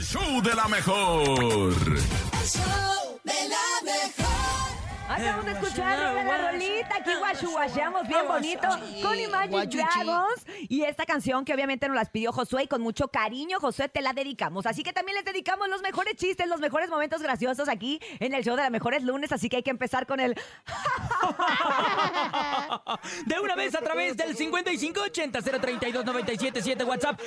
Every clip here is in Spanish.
show de la mejor. El show de la mejor. Acabamos de escuchar la rolita, aquí guachuguacheamos bien bonito con Imagine Dragons. Y esta canción que obviamente nos las pidió Josué y con mucho cariño, Josué, te la dedicamos. Así que también les dedicamos los mejores chistes, los mejores momentos graciosos aquí en el show de la mejor es lunes. Así que hay que empezar con el... De una vez a través del 5580-032-977 WhatsApp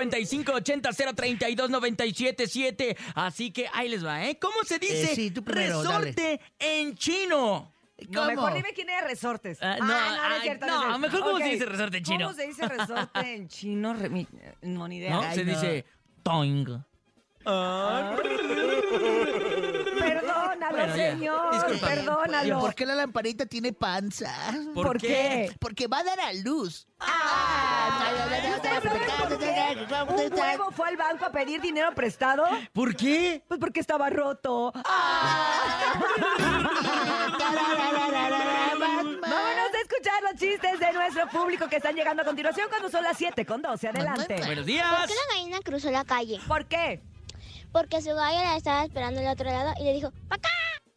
5580-032-977. Así que ahí les va, ¿eh? ¿Cómo se dice sí, tú primero, resorte en chino? No, ¿Cómo? mejor dime quién era resortes. No, no es cierto. no, es cierto. mejor ¿cómo Ok. se dice resorte en chino? ¿Cómo se dice resorte en chino? No, ni idea. ¿No? Ay, Se no. dice toing. Perdónalo, Bueno, ya. señor. Discúlpame. Perdónalo. ¿Por qué la lamparita tiene panza? ¿Por qué? Porque va a dar a luz. ¿Un huevo fue al banco a pedir dinero prestado? ¿Por qué? Pues porque estaba roto. Vámonos a escuchar los chistes de nuestro público que están llegando a continuación cuando son las 7:12. Adelante. Buenos ¿Por días. qué la gallina cruzó la calle? ¿Por qué? Porque su gallo la estaba esperando al otro lado y le dijo, ¡Pacá!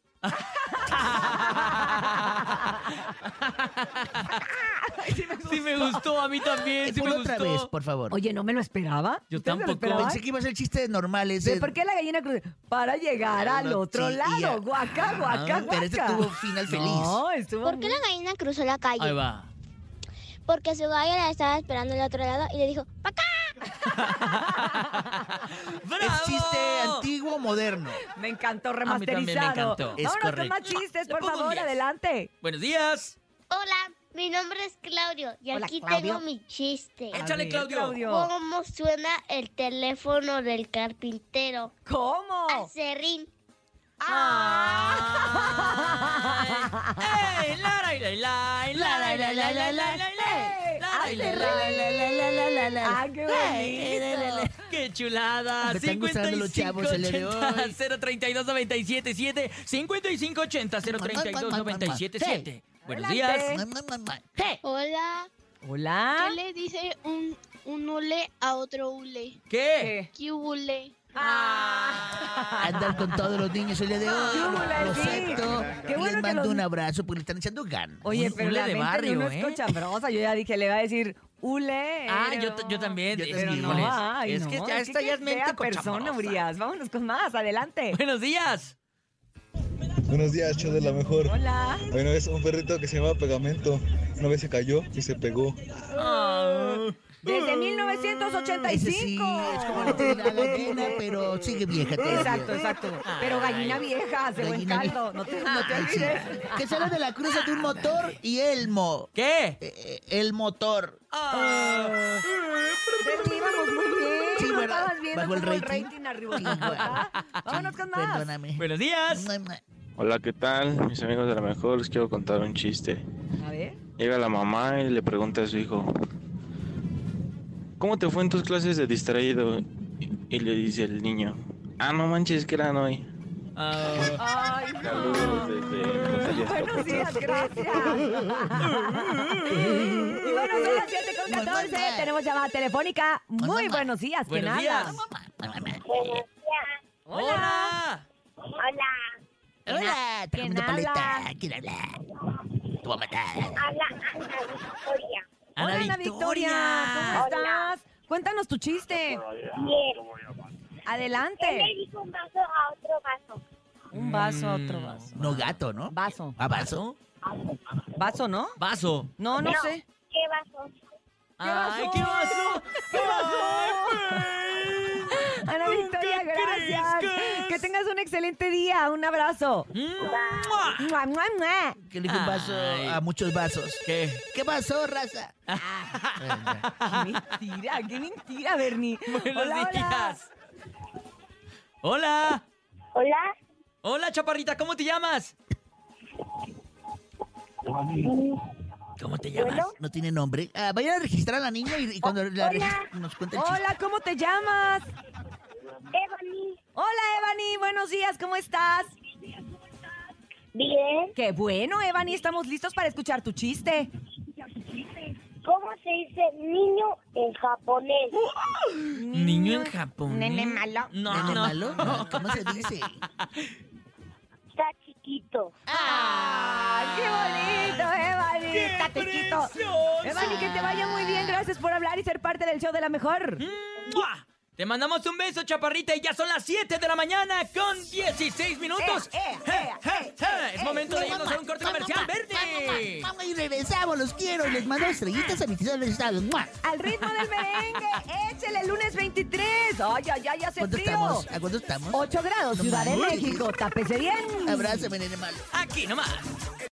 Sí me gustó, a mí también. Sí me Ponlo otra gustó. vez, por favor. Oye, ¿no me lo esperaba? Yo ¿Ustedes me lo tampoco. esperaban? Pensé que iba a ser chiste normal ese. ¿De por qué la gallina cruzó? Para llegar al otro Sí, y ya. lado. Guaca, guaca, Pero este guaca. tuvo final feliz. No, estuvo ¿Por qué la gallina cruzó la Ahí calle? va. Porque su gallo la estaba esperando al otro lado y le dijo, ¡Pacá! ¡Bravo! Es chiste antiguo o moderno. Me encantó, mí también me remasterizado. encantó. Es Vámonos con más correcto. chistes, Le por pongo un favor, 10. adelante. Buenos días. Hola, mi nombre es Claudio y Hola, aquí Claudio. tengo mi chiste. A Échale, ver, Claudio. ¿Cómo suena el teléfono del carpintero? ¿Cómo? Acerrín. ¡Ey! ¡La, la, la, la, la, la, la, la, la, la, la, ¡Ah, qué bonito! ¡Qué chulada! Me están gustando los chavos el día de hoy. 032-977 5580-032-977. Buenos días. Hola, Hola. ¿qué le dice un hule a otro hule? ¿Qué? ¿Qué hule? Andan con todos los niños el día de hoy. Chúbula, Lo sí. acepto. Qué bueno Les que mando los- un abrazo porque le están echando ganas. Oye, Un pero hule la de mente barrio, no es cochambrosa. Yo ya dije, le va a decir hule. Yo también. Yo Es Pero también. no, híjoles, ay, es no, que ya esta ya es mente fea persona, cochambrosa. Urias. Vámonos con más, adelante. Buenos días. Buenos días, show de la mejor. Hola. Había una vez un perrito que se llamaba Pegamento. Una vez se cayó y se pegó. Desde Ese 1985. sí, es como la gallina, pero sigue vieja todavía. Exacto, exacto. Pero gallina vieja, hace buen Gallina caldo. No te Ay, sí. olvides. Que sale de la cruza de un motor y elmo. ¿Qué? El motor. Íbamos muy bien. Sí, ¿No ¿verdad? estabas viendo Bajó el cómo rating. arriba? Sí, bueno. Vámonos Sí, con más. Perdóname. Buenos días. Hola, ¿qué tal? Mis amigos de la mejor, les quiero contar un chiste. A ver. Llega la mamá y le pregunta a su hijo, ¿cómo te fue en tus clases de distraído? Y le dice el niño, no manches, que eran hoy. Ay, Saludos desde Montañas buenos días, Capotosas. gracias. Y bueno, son las 7:14. Tenemos llamada telefónica. Muy buenos días. ¿Quién Buenos días. habla? Hola. Hola, Hola, está ¿Quién comiendo paleta. habla? ¿Quién habla? Te voy a matar. habla Ana Victoria. Hola, Ana Victoria. ¿Cómo estás? Cuéntanos tu chiste. Bien. Adelante. dijo un vaso a otro vaso? Un vaso, otro vaso. No gato, ¿no? Vaso. ¿Vaso? ¿Vaso, no? Vaso. No, no sé. ¿Qué vaso? ¡Ay, qué vaso! ¡Qué vaso! Ana Victoria, gracias. Que tengas un excelente día. Un abrazo. ¡Mua! ¡Mua, mua, mua! Que le dijo un vaso Ay. a muchos vasos. ¿Qué? ¿Qué pasó, raza? Qué mentira, Bernie. Buenos Hola, días. Hola. Hola. Hola, chaparrita, ¿cómo te llamas? ¿Cómo te llamas? No tiene nombre. Vayan a registrar a la niña y cuando la registren nos cuenta el chiste. Hola, ¿cómo te llamas? Ebony. Hola, Evany. Buenos días, ¿cómo estás? Bien. Qué bueno, Evany. Estamos listos para escuchar tu chiste. ¿Cómo se dice niño en japonés? Niño en Japón. Nene malo. No, ¿Nene no. malo? No, ¿cómo se dice? Está chiquito. ¡Ay, qué bonito, Evani! ¡Qué Está chiquito. preciosa! Evani, que te vaya muy bien. Gracias por hablar y ser parte del show de la mejor. ¡Mua! Te mandamos un beso, chaparrita, y ya son las 7 de la mañana con 16 minutos. Es momento de irnos a un corte comercial verde. Vamos y regresamos, los quiero. Y les mando estrellitas a mis hijos del estado. ¡Mua! Al ritmo del merengue, échele lunes 23. Ay, ay, ay, hace ¿Cuánto frío. estamos? ¿A cuánto estamos? 8 grados, No Ciudad de mames. México. Tápese bien. Abrázame, nene malo. Aquí nomás.